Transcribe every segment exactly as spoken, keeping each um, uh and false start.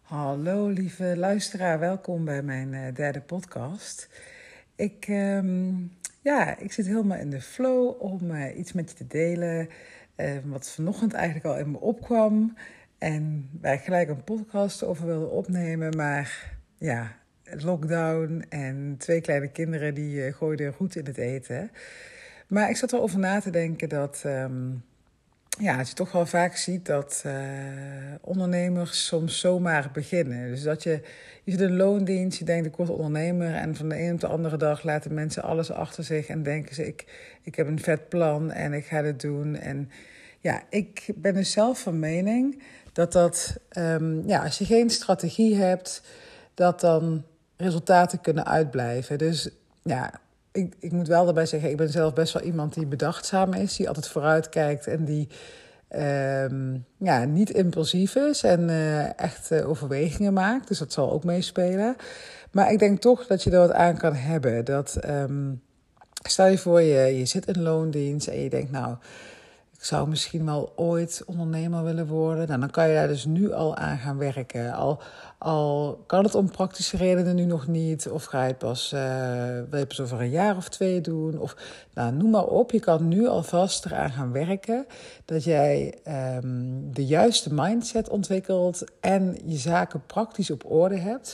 Hallo lieve luisteraar, welkom bij mijn uh, derde podcast. Ik, um, ja, ik zit helemaal in de flow om uh, iets met je te delen, uh, wat vanochtend eigenlijk al in me opkwam. En waar ik gelijk een podcast over wilde opnemen, maar ja, lockdown en twee kleine kinderen die uh, gooiden goed in het eten. Maar ik zat erover na te denken dat... Um, Ja, dat je toch wel vaak ziet dat uh, ondernemers soms zomaar beginnen. Dus dat je, je zit in een loondienst, je denkt ik word ondernemer... en van de ene op de andere dag laten mensen alles achter zich... en denken ze, ik, ik heb een vet plan en ik ga dit doen. En ja, ik ben dus zelf van mening dat dat... Um, ja, als je geen strategie hebt, dat dan resultaten kunnen uitblijven. Dus ja... Ik, ik moet wel daarbij zeggen, ik ben zelf best wel iemand die bedachtzaam is. Die altijd vooruit kijkt en die um, ja, niet impulsief is. En uh, echt uh, overwegingen maakt. Dus dat zal ook meespelen. Maar ik denk toch dat je er wat aan kan hebben. Dat, um, stel je voor, je, je zit in loondienst en je denkt, nou... ik zou misschien wel ooit ondernemer willen worden. Nou, dan kan je daar dus nu al aan gaan werken. Al, al kan het om praktische redenen nu nog niet. Of ga je het pas, uh, wil je het pas over een jaar of twee doen. Of nou, noem maar op. Je kan nu alvast eraan gaan werken. Dat jij um, de juiste mindset ontwikkelt. En je zaken praktisch op orde hebt.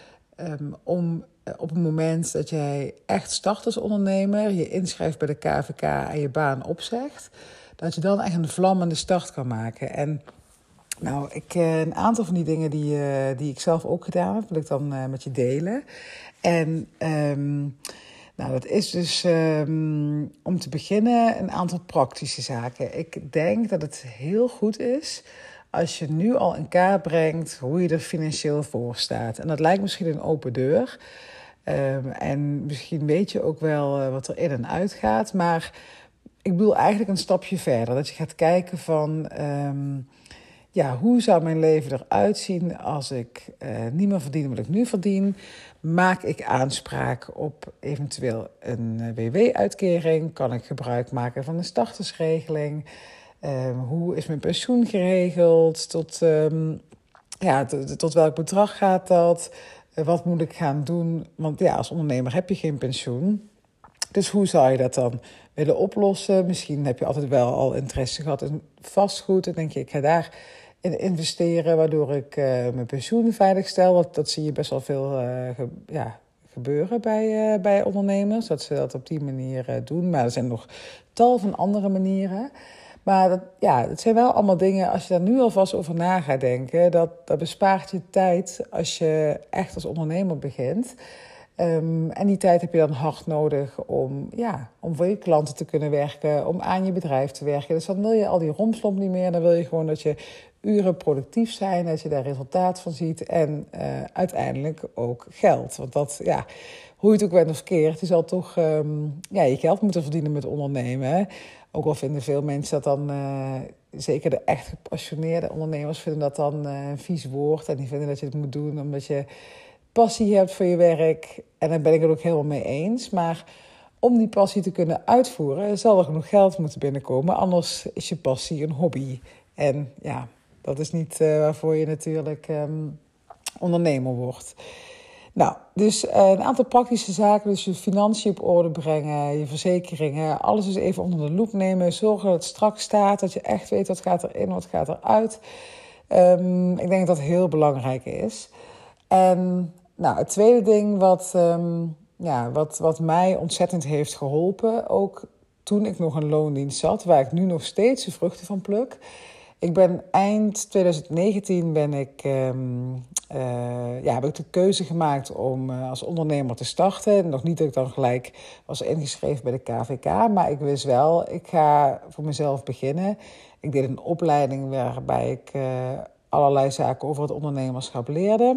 Um, om op het moment dat jij echt start als ondernemer. Je inschrijft bij de K V K en je baan opzegt. Dat je dan echt een vlammende start kan maken. En nou, ik, een aantal van die dingen die, uh, die ik zelf ook gedaan heb, wil ik dan uh, met je delen. En um, nou, dat is dus um, om te beginnen een aantal praktische zaken. Ik denk dat het heel goed is als je nu al in kaart brengt hoe je er financieel voor staat. En dat lijkt misschien een open deur. Um, en misschien weet je ook wel uh, wat er in en uit gaat, maar... ik bedoel eigenlijk een stapje verder. Dat je gaat kijken van... Um, ja, hoe zou mijn leven eruit zien als ik uh, niet meer verdien wat ik nu verdien? Maak ik aanspraak op eventueel een W W-uitkering? Kan ik gebruik maken van een startersregeling? Um, hoe is mijn pensioen geregeld? Tot, um, ja, tot, tot welk bedrag gaat dat? Uh, wat moet ik gaan doen? Want ja, als ondernemer heb je geen pensioen. Dus hoe zou je dat dan willen oplossen? Misschien heb je altijd wel al interesse gehad in vastgoed. Dan denk je, ik ga daarin investeren, waardoor ik uh, mijn pensioen veiligstel. Dat, dat zie je best wel veel uh, ge, ja, gebeuren bij, uh, bij ondernemers. Dat ze dat op die manier uh, doen. Maar er zijn nog tal van andere manieren. Maar dat, ja, het zijn wel allemaal dingen, als je daar nu alvast over na gaat denken... dat, dat bespaart je tijd als je echt als ondernemer begint... Um, en die tijd heb je dan hard nodig om, ja, om voor je klanten te kunnen werken, om aan je bedrijf te werken. Dus dan wil je al die rompslomp niet meer. Dan wil je gewoon dat je uren productief zijn, dat je daar resultaat van ziet en uh, uiteindelijk ook geld. Want dat, ja, hoe je het ook bent of keert, je zal toch um, ja, je geld moeten verdienen met ondernemen. Hè? Ook al vinden veel mensen dat dan, uh, zeker de echt gepassioneerde ondernemers, vinden dat dan uh, een vies woord. En die vinden dat je het moet doen omdat je passie hebt voor je werk. En daar ben ik het ook helemaal mee eens. Maar om die passie te kunnen uitvoeren, zal er genoeg geld moeten binnenkomen. Anders is je passie een hobby. En ja, dat is niet uh, waarvoor je natuurlijk um, ondernemer wordt. Nou, dus uh, een aantal praktische zaken. Dus je financiën op orde brengen, je verzekeringen. Alles dus even onder de loep nemen. Zorgen dat het strak staat, dat je echt weet wat gaat erin, wat gaat eruit. Um, ik denk dat dat heel belangrijk is. En nou, het tweede ding wat, um, ja, wat, wat mij ontzettend heeft geholpen, ook toen ik nog in loondienst zat, waar ik nu nog steeds de vruchten van pluk. Ik ben eind twintig negentien ben ik, um, uh, ja, heb ik de keuze gemaakt om uh, als ondernemer te starten. Nog niet dat ik dan gelijk was ingeschreven bij de K V K, maar ik wist wel, ik ga voor mezelf beginnen. Ik deed een opleiding waarbij ik uh, allerlei zaken over het ondernemerschap leerde.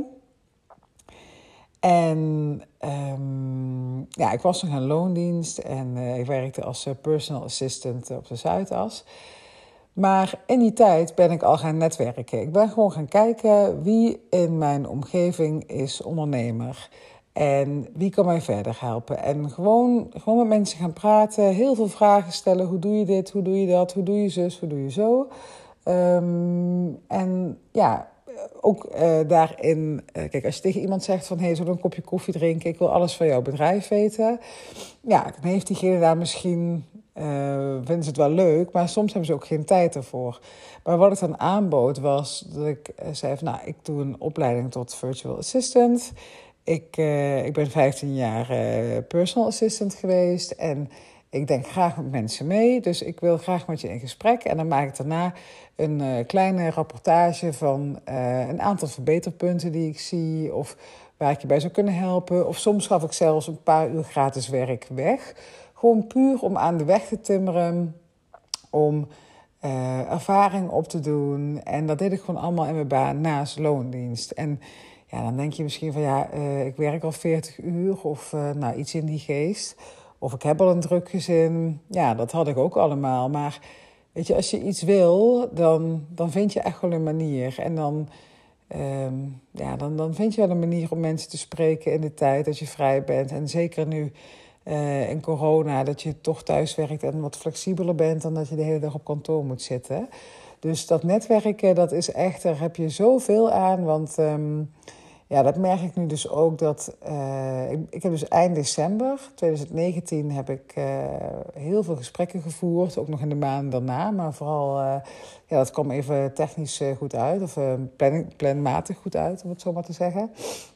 En um, ja, ik was nog in loondienst en uh, ik werkte als uh, personal assistant op de Zuidas. Maar in die tijd ben ik al gaan netwerken. Ik ben gewoon gaan kijken wie in mijn omgeving is ondernemer. En wie kan mij verder helpen. En gewoon, gewoon met mensen gaan praten, heel veel vragen stellen. Hoe doe je dit, hoe doe je dat, hoe doe je zus, hoe doe je zo. Um, en ja, ook uh, daarin, uh, kijk, als je tegen iemand zegt van, hé, hey, zullen we een kopje koffie drinken? Ik wil alles van jouw bedrijf weten. Ja, dan heeft diegene daar misschien, uh, vinden ze het wel leuk, maar soms hebben ze ook geen tijd ervoor. Maar wat ik dan aanbood was dat ik uh, zei van, nou, ik doe een opleiding tot virtual assistant. Ik, uh, ik ben vijftien jaar uh, personal assistant geweest en ik denk graag met mensen mee. Dus ik wil graag met je in gesprek. En dan maak ik daarna een uh, kleine rapportage van uh, een aantal verbeterpunten die ik zie. Of waar ik je bij zou kunnen helpen. Of soms gaf ik zelfs een paar uur gratis werk weg. Gewoon puur om aan de weg te timmeren. Om uh, ervaring op te doen. En dat deed ik gewoon allemaal in mijn baan naast loondienst. En ja, dan denk je misschien van ja, uh, ik werk al veertig uur. Of uh, nou, iets in die geest. Of ik heb al een druk gezin. Ja, dat had ik ook allemaal. Maar weet je, als je iets wil, dan, dan vind je echt wel een manier. En dan, um, ja, dan, dan vind je wel een manier om mensen te spreken in de tijd dat je vrij bent. En zeker nu uh, in corona, dat je toch thuis werkt en wat flexibeler bent dan dat je de hele dag op kantoor moet zitten. Dus dat netwerken, dat is echt, daar heb je zoveel aan. Want um, ja, dat merk ik nu dus ook dat uh, ik, ik heb dus eind december twintig negentien heb ik uh, heel veel gesprekken gevoerd, ook nog in de maanden daarna, maar vooral uh, ja, dat kwam even technisch uh, goed uit of uh, plan, planmatig goed uit, om het zo maar te zeggen.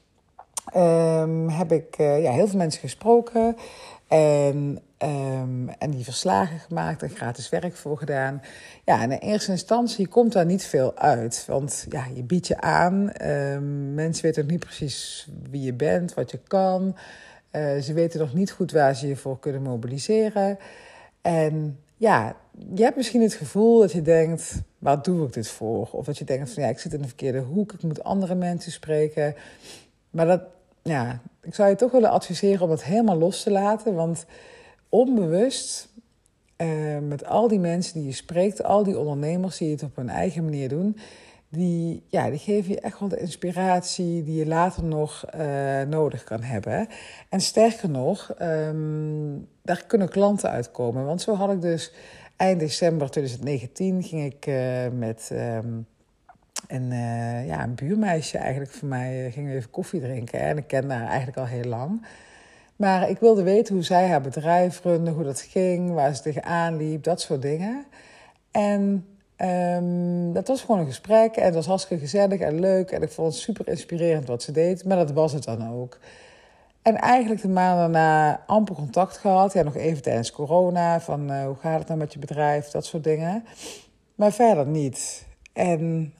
Um, heb ik uh, ja, heel veel mensen gesproken en, um, en die verslagen gemaakt en gratis werk voor gedaan. Ja, en in eerste instantie komt daar niet veel uit, want ja, je biedt je aan. Um, mensen weten ook niet precies wie je bent, wat je kan. Uh, ze weten nog niet goed waar ze je voor kunnen mobiliseren. En ja, je hebt misschien het gevoel dat je denkt, waar doe ik dit voor? Of dat je denkt van ja, ik zit in de verkeerde hoek, ik moet andere mensen spreken. Maar dat, ja, ik zou je toch willen adviseren om dat helemaal los te laten. Want onbewust, uh, met al die mensen die je spreekt, al die ondernemers die het op hun eigen manier doen, die, ja, die geven je echt wel de inspiratie die je later nog uh, nodig kan hebben. En sterker nog, um, daar kunnen klanten uitkomen. Want zo had ik dus eind december twintig negentien ging ik uh, met Um, En uh, ja, een buurmeisje eigenlijk van mij uh, gingen we even koffie drinken. Hè? En ik kende haar eigenlijk al heel lang. Maar ik wilde weten hoe zij haar bedrijf runde, hoe dat ging, waar ze tegenaan liep, dat soort dingen. En um, dat was gewoon een gesprek en het was hartstikke gezellig en leuk. En ik vond het super inspirerend wat ze deed, maar dat was het dan ook. En eigenlijk de maanden daarna amper contact gehad. Ja, nog even tijdens corona, van uh, hoe gaat het nou met je bedrijf, dat soort dingen. Maar verder niet. En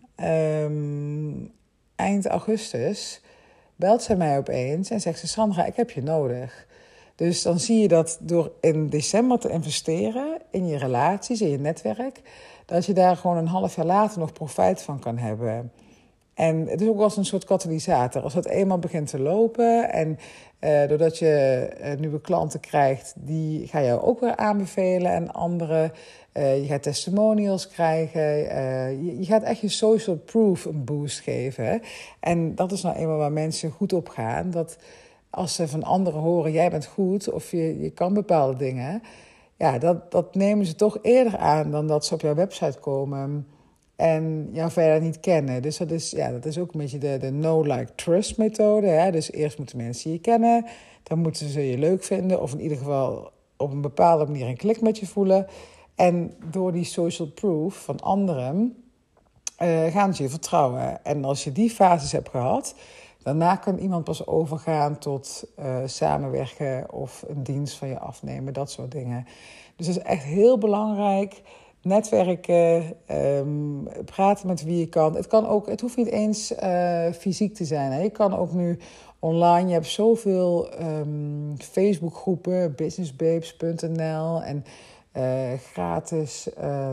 Um, eind augustus belt zij mij opeens en zegt ze, Sandra, ik heb je nodig. Dus dan zie je dat door in december te investeren in je relaties, in je netwerk, dat je daar gewoon een half jaar later nog profijt van kan hebben. En het is ook wel eens een soort katalysator. Als het eenmaal begint te lopen en uh, doordat je uh, nieuwe klanten krijgt, die ga je ook weer aanbevelen en anderen. Uh, je gaat testimonials krijgen. Uh, je, je gaat echt je social proof een boost geven. Hè? En dat is nou eenmaal waar mensen goed op gaan. Dat als ze van anderen horen, jij bent goed of je, je kan bepaalde dingen. Ja, dat, dat nemen ze toch eerder aan dan dat ze op jouw website komen en jou verder niet kennen. Dus dat is, ja, dat is ook een beetje de, de know-like-trust methode. Hè? Dus eerst moeten mensen je kennen. Dan moeten ze je leuk vinden. Of in ieder geval op een bepaalde manier een klik met je voelen. En door die social proof van anderen uh, gaan ze je vertrouwen. En als je die fases hebt gehad, daarna kan iemand pas overgaan tot uh, samenwerken of een dienst van je afnemen. Dat soort dingen. Dus dat is echt heel belangrijk. Netwerken, um, praten met wie je kan. Het kan ook, het hoeft niet eens uh, fysiek te zijn. Hè. Je kan ook nu online. Je hebt zoveel um, Facebookgroepen, businessbabes punt n l en uh, gratis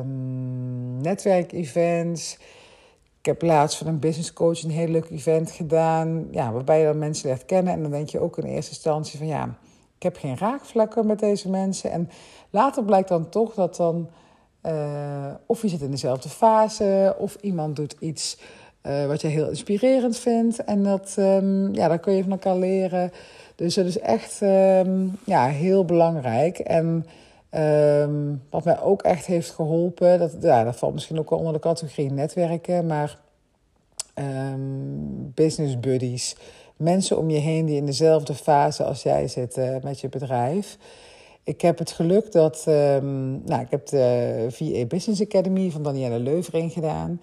um, netwerkevents. Ik heb laatst van een business coach een heel leuk event gedaan, ja, waarbij je dan mensen leert kennen. En dan denk je ook in eerste instantie van ja, ik heb geen raakvlakken met deze mensen. En later blijkt dan toch dat dan Uh, of je zit in dezelfde fase, of iemand doet iets uh, wat je heel inspirerend vindt. En dat, um, ja, daar kun je van elkaar leren. Dus dat is echt um, ja, heel belangrijk. En um, wat mij ook echt heeft geholpen, dat, ja, dat valt misschien ook wel onder de categorie netwerken, maar um, business buddies. Mensen om je heen die in dezelfde fase als jij zitten met je bedrijf. Ik heb het geluk dat... Um, nou, ik heb de V A Business Academy van Danielle Leuvering gedaan.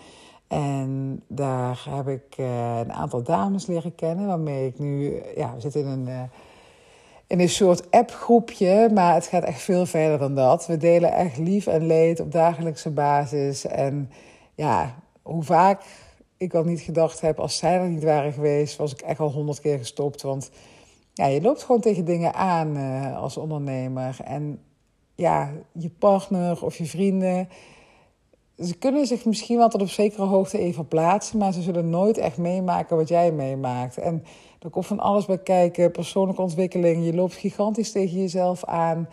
En daar heb ik uh, een aantal dames leren kennen, waarmee ik nu... Ja, we zitten in een... Uh, in een soort appgroepje, maar het gaat echt veel verder dan dat. We delen echt lief en leed op dagelijkse basis. En ja, hoe vaak ik al niet gedacht heb, als zij er niet waren geweest, was ik echt al honderd keer gestopt. Want ja, je loopt gewoon tegen dingen aan uh, als ondernemer. En ja, je partner of je vrienden, ze kunnen zich misschien wel tot op zekere hoogte even plaatsen, maar ze zullen nooit echt meemaken wat jij meemaakt. En er komt van alles bij kijken, persoonlijke ontwikkeling. Je loopt gigantisch tegen jezelf aan.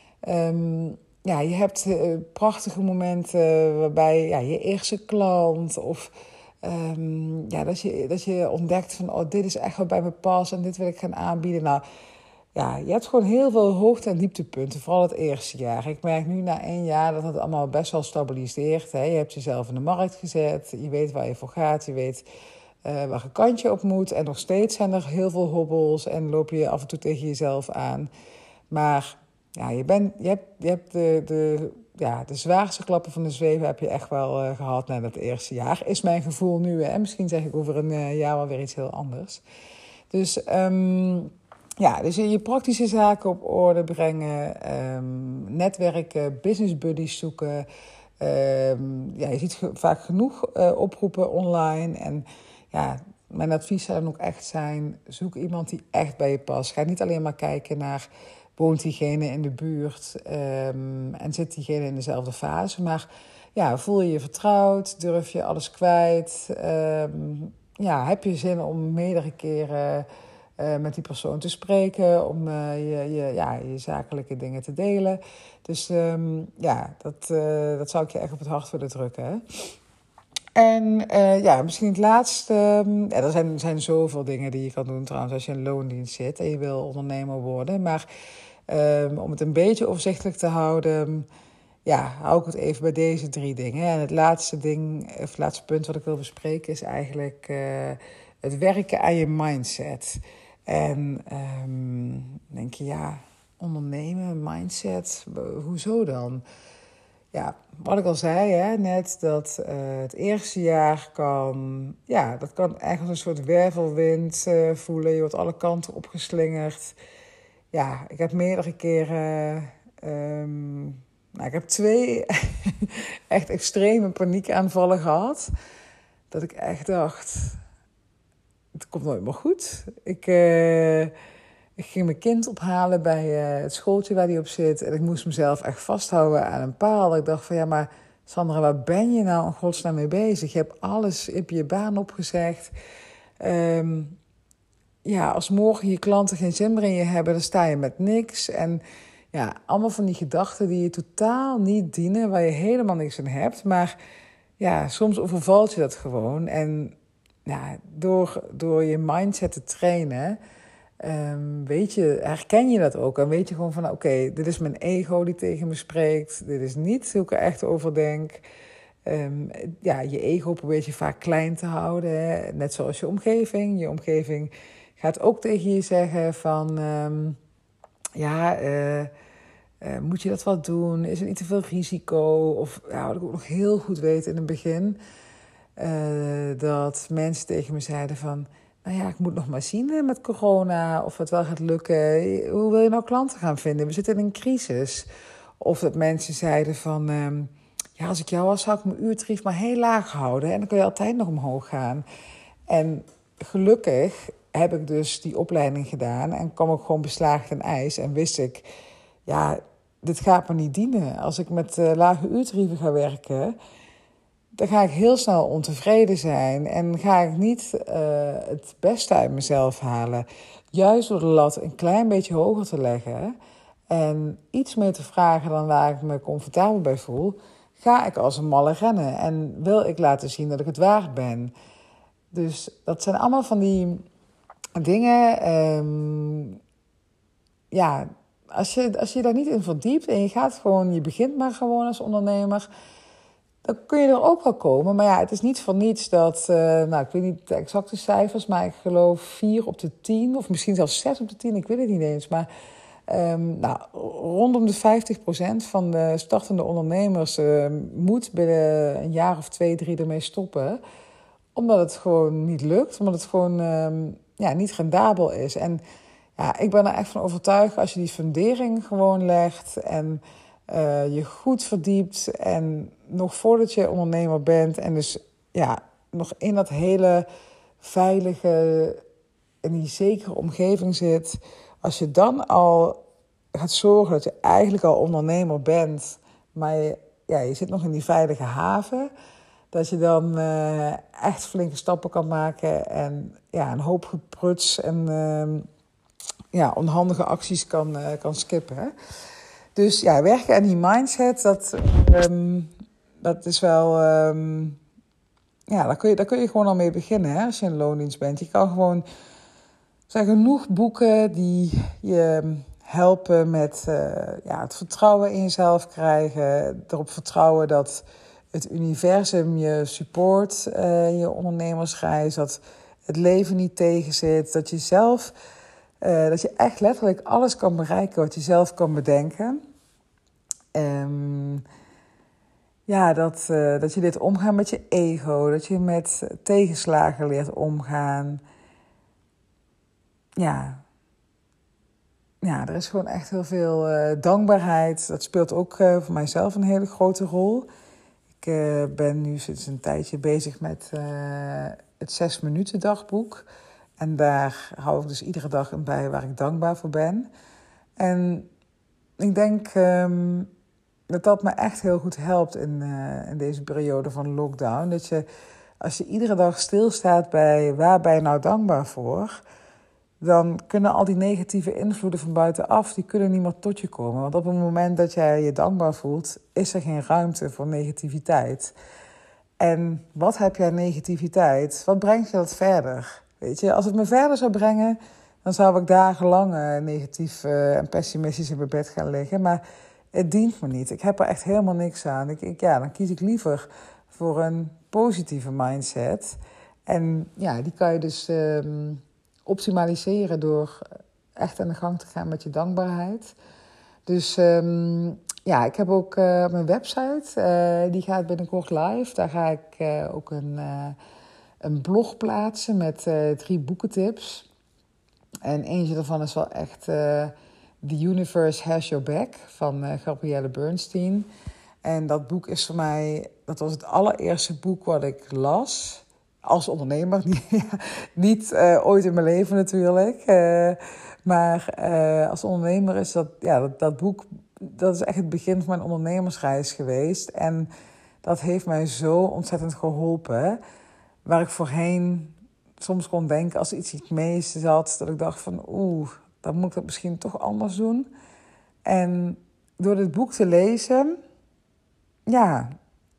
Um, ja, je hebt uh, prachtige momenten waarbij ja, je eerste klant of um, ja, dat, je, dat je ontdekt van oh, dit is echt wat bij me past en dit wil ik gaan aanbieden. Nou, ja, je hebt gewoon heel veel hoogte- en dieptepunten, vooral het eerste jaar. Ik merk nu na één jaar dat het allemaal best wel stabiliseert. Hè. Je hebt jezelf in de markt gezet, je weet waar je voor gaat, je weet uh, welke kant je op moet. En nog steeds zijn er heel veel hobbels en loop je af en toe tegen jezelf aan. Maar ja, je, bent, je hebt, je hebt de, de, ja, de zwaarste klappen van de zweven heb je echt wel uh, gehad na dat eerste jaar. Is mijn gevoel nu. En misschien zeg ik over een uh, jaar wel weer iets heel anders. Dus... Um, Ja, dus je praktische zaken op orde brengen, um, netwerken, business buddies zoeken. Um, ja, je ziet ge- vaak genoeg uh, oproepen online. En ja, mijn advies zou dan ook echt zijn, zoek iemand die echt bij je past. Ga niet alleen maar kijken naar, woont diegene in de buurt um, en zit diegene in dezelfde fase. Maar ja, voel je je vertrouwd, durf je alles kwijt. Um, ja, heb je zin om meerdere keren Uh, met die persoon te spreken, om uh, je, je, ja, je zakelijke dingen te delen. Dus um, ja, dat, uh, dat zou ik je echt op het hart willen drukken. Hè? En uh, ja, misschien het laatste. Um, ja, er zijn, zijn zoveel dingen die je kan doen trouwens als je in loondienst zit en je wil ondernemer worden. Maar um, om het een beetje overzichtelijk te houden, ja, hou ik het even bij deze drie dingen. En het laatste ding, of het laatste punt wat ik wil bespreken is eigenlijk uh, het werken aan je mindset. En um, denk je, ja, ondernemen, mindset, hoezo dan? Ja, wat ik al zei, hè, net dat uh, het eerste jaar kan, ja, dat kan eigenlijk een soort wervelwind uh, voelen. Je wordt alle kanten opgeslingerd. Ja, ik heb meerdere keren, um, nou, ik heb twee echt extreme paniekaanvallen gehad. Dat ik echt dacht, het komt nooit meer goed. Ik, uh, ik ging mijn kind ophalen bij uh, het schooltje waar hij op zit. En ik moest mezelf echt vasthouden aan een paal. Ik dacht van ja, maar Sandra, waar ben je nou in godsnaam mee bezig? Je hebt alles, je hebt je baan opgezegd. Um, ja, als morgen je klanten geen zin meer in je hebben, dan sta je met niks. En ja, allemaal van die gedachten die je totaal niet dienen, waar je helemaal niks aan hebt. Maar ja, soms overvalt je dat gewoon. En ja, door, door je mindset te trainen, um, weet je, herken je dat ook. En weet je gewoon van, oké, okay, dit is mijn ego die tegen me spreekt. Dit is niet hoe ik er echt over denk. Um, ja, je ego probeert je vaak klein te houden. Hè? Net zoals je omgeving. Je omgeving gaat ook tegen je zeggen van, um, ja, uh, uh, moet je dat wel doen? Is er niet te veel risico? Of ja, wat ik ook nog heel goed weet in het begin, Uh, dat mensen tegen me zeiden van, nou ja, ik moet nog maar zien hè, met corona of het wel gaat lukken. Hoe wil je nou klanten gaan vinden? We zitten in een crisis. Of dat mensen zeiden van, um, ja, als ik jou was, zou ik mijn uurtarief maar heel laag houden. En dan kun je altijd nog omhoog gaan. En gelukkig heb ik dus die opleiding gedaan en kwam ik gewoon beslagen ten ijs. En wist ik, ja, dit gaat me niet dienen. Als ik met uh, lage uurtarieven ga werken, dan ga ik heel snel ontevreden zijn en ga ik niet uh, het beste uit mezelf halen. Juist door de lat een klein beetje hoger te leggen en iets meer te vragen dan waar ik me comfortabel bij voel, ga ik als een malle rennen en wil ik laten zien dat ik het waard ben. Dus dat zijn allemaal van die dingen. Um, ja, als je, als je daar niet in verdiept en je gaat gewoon, je begint maar gewoon als ondernemer, dan kun je er ook wel komen. Maar ja, het is niet voor niets dat, uh, nou, ik weet niet de exacte cijfers, maar ik geloof vier op de tien, of misschien zelfs zes op de tien, ik weet het niet eens. Maar um, nou, rondom de vijftig procent van de startende ondernemers uh, moet binnen een jaar of twee, drie ermee stoppen. Omdat het gewoon niet lukt, omdat het gewoon um, ja, niet rendabel is. En ja, ik ben er echt van overtuigd, als je die fundering gewoon legt en uh, je goed verdiept en nog voordat je ondernemer bent en dus ja, nog in dat hele veilige en die zekere omgeving zit, als je dan al gaat zorgen dat je eigenlijk al ondernemer bent, maar je, ja, je zit nog in die veilige haven, dat je dan uh, echt flinke stappen kan maken en ja, een hoop gepruts en uh, ja, onhandige acties kan, uh, kan skippen. Hè? Dus ja, werken aan die mindset, dat, um, dat is wel... Um, ja, daar kun, je, daar kun je gewoon al mee beginnen, hè, als je in loondienst bent. Je kan gewoon... Er zijn genoeg boeken die je helpen met uh, ja, het vertrouwen in jezelf krijgen. Erop vertrouwen dat het universum je support, uh, je ondernemersreis. Dat het leven niet tegenzit. Dat je zelf... Uh, dat je echt letterlijk alles kan bereiken wat je zelf kan bedenken. Um, ja, dat, uh, dat je dit omgaan met je ego. Dat je met tegenslagen leert omgaan. Ja, ja er is gewoon echt heel veel uh, dankbaarheid. Dat speelt ook uh, voor mijzelf een hele grote rol. Ik uh, ben nu sinds een tijdje bezig met uh, het zes minuten dagboek. En daar hou ik dus iedere dag een bij waar ik dankbaar voor ben. En ik denk um, dat dat me echt heel goed helpt in, uh, in deze periode van lockdown. Dat je, als je iedere dag stilstaat bij waar ben je nou dankbaar voor, dan kunnen al die negatieve invloeden van buitenaf, die kunnen niet meer tot je komen. Want op het moment dat jij je dankbaar voelt, is er geen ruimte voor negativiteit. En wat heb jij negativiteit? Wat brengt je dat verder? Weet je, als het me verder zou brengen, dan zou ik dagenlang uh, negatief uh, en pessimistisch in mijn bed gaan liggen. Maar het dient me niet. Ik heb er echt helemaal niks aan. Ik, ik, ja, dan kies ik liever voor een positieve mindset. En ja, die kan je dus um, optimaliseren door echt aan de gang te gaan met je dankbaarheid. Dus um, ja, ik heb ook uh, mijn website. Uh, die gaat binnenkort live. Daar ga ik uh, ook een... Uh, een blog plaatsen met uh, drie boekentips. En eentje daarvan is wel echt uh, The Universe Has Your Back van uh, Gabrielle Bernstein. En dat boek is voor mij, dat was het allereerste boek wat ik las. Als ondernemer, niet uh, ooit in mijn leven natuurlijk. Uh, maar uh, als ondernemer is dat, ja, dat, dat boek, dat is echt het begin van mijn ondernemersreis geweest. En dat heeft mij zo ontzettend geholpen. Waar ik voorheen soms kon denken, als iets iets mee zat, dat ik dacht van oeh, dan moet ik dat misschien toch anders doen. En door dit boek te lezen, ja,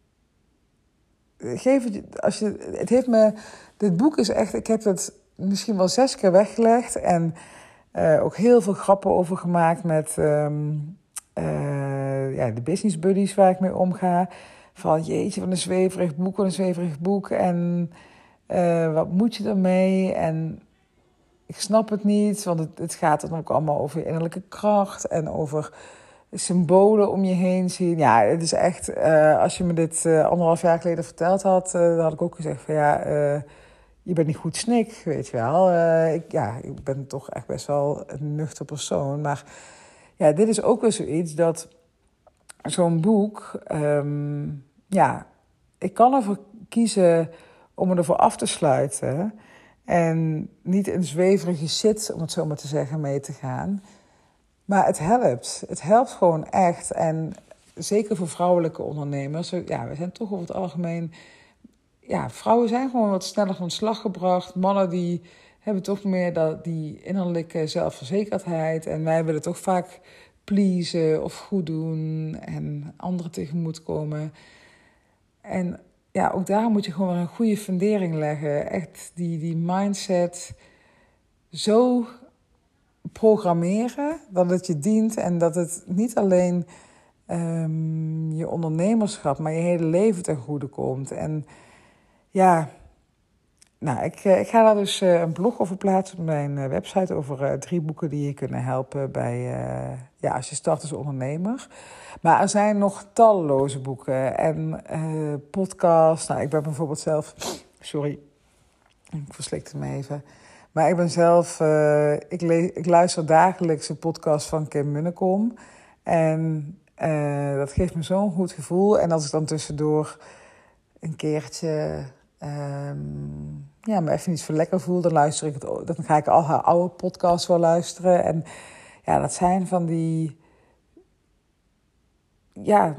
geef het, als je, het heeft me, dit boek is echt, ik heb het misschien wel zes keer weggelegd en uh, ook heel veel grappen over gemaakt met um, uh, ja, de business buddies waar ik mee omga. Van jeetje, wat een zweverig boek, wat een zweverig boek. En uh, wat moet je ermee? En ik snap het niet, want het, het gaat dan ook allemaal over je innerlijke kracht en over symbolen om je heen zien. Ja, het is echt, uh, als je me dit uh, anderhalf jaar geleden verteld had, uh, dan had ik ook gezegd van ja, uh, je bent niet goed snik, weet je wel. Uh, ik, ja, ik ben toch echt best wel een nuchter persoon. Maar ja, dit is ook weer zoiets dat zo'n boek, um, ja, ik kan ervoor kiezen om me ervoor af te sluiten en niet in zweverige shit, om het zo maar te zeggen, mee te gaan. Maar het helpt. Het helpt gewoon echt. En zeker voor vrouwelijke ondernemers. Ja, we zijn toch over het algemeen... Ja, vrouwen zijn gewoon wat sneller van slag gebracht. Mannen die hebben toch meer dat, die innerlijke zelfverzekerdheid. En wij willen toch vaak pleasen of goed doen en anderen tegemoetkomen. En ja, ook daar moet je gewoon weer een goede fundering leggen. Echt die, die mindset zo programmeren dat het je dient en dat het niet alleen um, je ondernemerschap, maar je hele leven ten goede komt. En ja, nou, ik, ik ga daar dus uh, een blog over plaatsen op mijn uh, website over uh, drie boeken die je kunnen helpen bij, uh, ja, als je start als ondernemer. Maar er zijn nog talloze boeken en uh, podcasts. Nou, ik ben bijvoorbeeld zelf, sorry, ik verslikte me even. Maar ik ben zelf, uh, ik, le- ik luister dagelijks een podcast van Kim Munnekom. En uh, dat geeft me zo'n goed gevoel. En als ik dan tussendoor een keertje um, ja, me even niet zo lekker voel, dan luister ik het. Dan ga ik al haar oude podcasts wel luisteren. En ja, dat zijn van die, ja,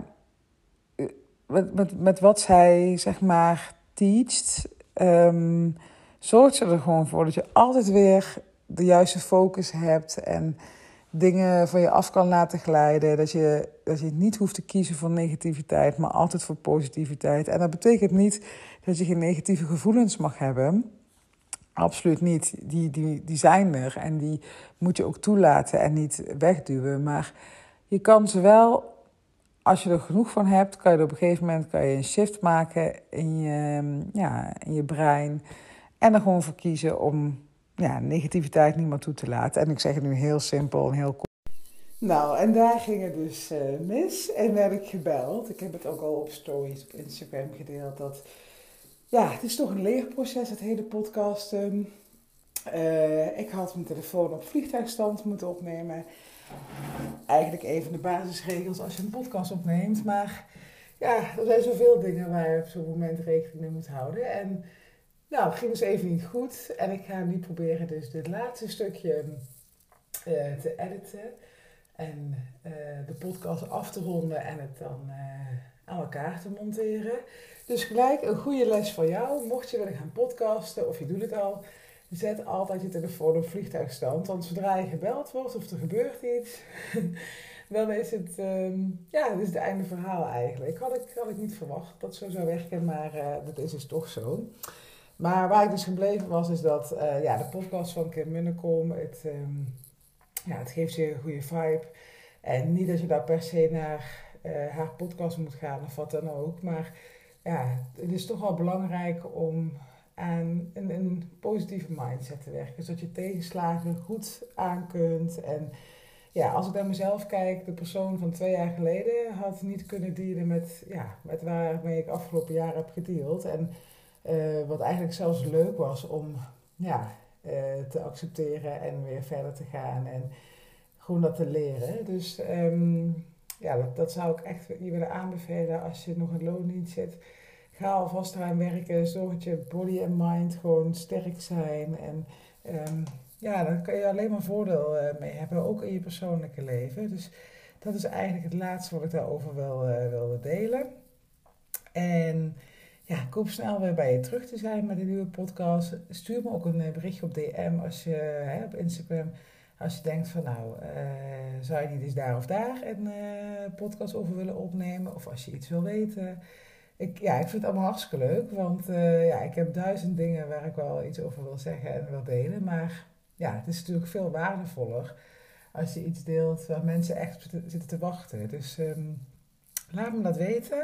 met, met, met wat zij zeg maar teacht, um, zorgt ze er gewoon voor dat je altijd weer de juiste focus hebt en dingen van je af kan laten glijden. Dat je, dat je niet hoeft te kiezen voor negativiteit, maar altijd voor positiviteit. En dat betekent niet dat je geen negatieve gevoelens mag hebben. Absoluut niet. Die, die, die zijn er en die moet je ook toelaten en niet wegduwen. Maar je kan ze wel, als je er genoeg van hebt, kan je er op een gegeven moment kan je een shift maken in je, ja, in je brein. En er gewoon voor kiezen om ja, negativiteit niet meer toe te laten. En ik zeg het nu heel simpel en heel kort. Nou, en daar ging het dus uh, mis en werd ik gebeld. Ik heb het ook al op stories op Instagram gedeeld. Dat, ja, het is toch een leerproces, het hele podcasten. Uh, ik had mijn telefoon op vliegtuigstand moeten opnemen. Eigenlijk een van de basisregels als je een podcast opneemt. Maar ja, er zijn zoveel dingen waar je op zo'n moment rekening mee moet houden. En nou, het ging dus even niet goed. En ik ga nu proberen dus dit laatste stukje uh, te editen. En uh, de podcast af te ronden en het dan uh, aan elkaar te monteren. Dus gelijk een goede les voor jou. Mocht je willen gaan podcasten of je doet het al, zet altijd je telefoon op vliegtuigstand. Want zodra je gebeld wordt of er gebeurt iets, dan is het, um, ja, het is het einde verhaal eigenlijk. Had ik, had ik niet verwacht dat het zo zou werken, maar uh, dat is dus toch zo. Maar waar ik dus gebleven was, is dat uh, ja, de podcast van Kim Munnekom, het, um, ja, het geeft je een goede vibe. En niet dat je daar per se naar uh, haar podcast moet gaan of wat dan ook. Maar ja, het is toch wel belangrijk om aan een, een positieve mindset te werken. Zodat je tegenslagen goed aan kunt. En ja, als ik naar mezelf kijk, de persoon van twee jaar geleden had niet kunnen dealen met, ja, met waarmee ik afgelopen jaar heb gedeeld. En uh, wat eigenlijk zelfs leuk was om ja, uh, te accepteren en weer verder te gaan en gewoon dat te leren. Dus um, ja, dat, dat zou ik echt je willen aanbevelen als je nog in loondienst zit. Ga alvast eraan werken, zorg dat je body en mind gewoon sterk zijn. En um, ja, daar kan je alleen maar voordeel uh, mee hebben, ook in je persoonlijke leven. Dus dat is eigenlijk het laatste wat ik daarover wil, uh, wilde delen. En ja, ik hoop snel weer bij je terug te zijn met een nieuwe podcast. Stuur me ook een berichtje op D M als je, hè, op Instagram. Als je denkt van nou, uh, zou je niet eens daar of daar een uh, podcast over willen opnemen? Of als je iets wil weten. Ik, ja, ik vind het allemaal hartstikke leuk. Want uh, ja, ik heb duizend dingen waar ik wel iets over wil zeggen en wil delen. Maar ja, het is natuurlijk veel waardevoller als je iets deelt waar mensen echt zitten te wachten. Dus um, laat me dat weten.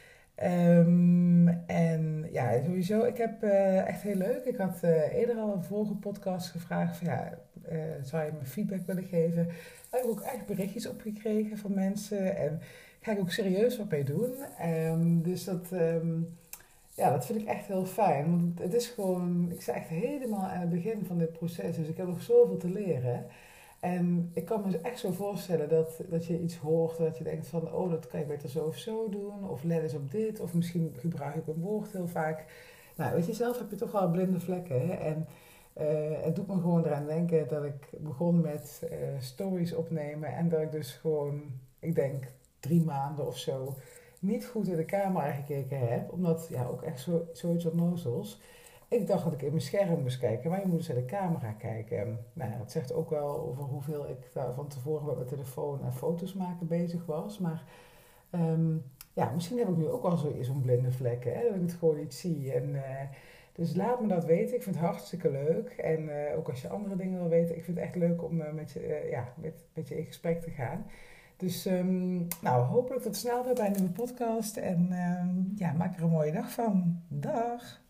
Um, en ja, sowieso, ik heb uh, echt heel leuk. Ik had uh, eerder al een vorige podcast gevraagd van ja, uh, zou je me feedback willen geven? Daar heb ik ook echt berichtjes op gekregen van mensen en daar ga ik ook serieus wat mee doen. Um, dus dat, um, ja, dat vind ik echt heel fijn. Want het is gewoon, ik sta echt helemaal aan het begin van dit proces, dus ik heb nog zoveel te leren. En ik kan me echt zo voorstellen dat, dat je iets hoort dat je denkt van, oh, dat kan je beter zo of zo doen. Of let eens op dit. Of misschien gebruik ik een woord heel vaak. Nou, weet je, zelf heb je toch wel blinde vlekken. Hè? En uh, het doet me gewoon eraan denken dat ik begon met uh, stories opnemen. En dat ik dus gewoon, ik denk drie maanden of zo, niet goed in de camera gekeken heb. Omdat, ja, ook echt zo, zoiets onnozels. Ik dacht dat ik in mijn scherm moest kijken, maar je moet dus in de camera kijken. Nou ja, dat zegt ook wel over hoeveel ik daar van tevoren met mijn telefoon en foto's maken bezig was. Maar um, ja, misschien heb ik nu ook wel zo'n blinde vlek, hè, dat ik het gewoon niet zie. En, uh, dus laat me dat weten. Ik vind het hartstikke leuk. En uh, ook als je andere dingen wil weten, ik vind het echt leuk om uh, met, je, uh, ja, met, met je in gesprek te gaan. Dus um, nou, hopelijk tot snel weer bij een nieuwe podcast. En um, ja, maak er een mooie dag van. Dag!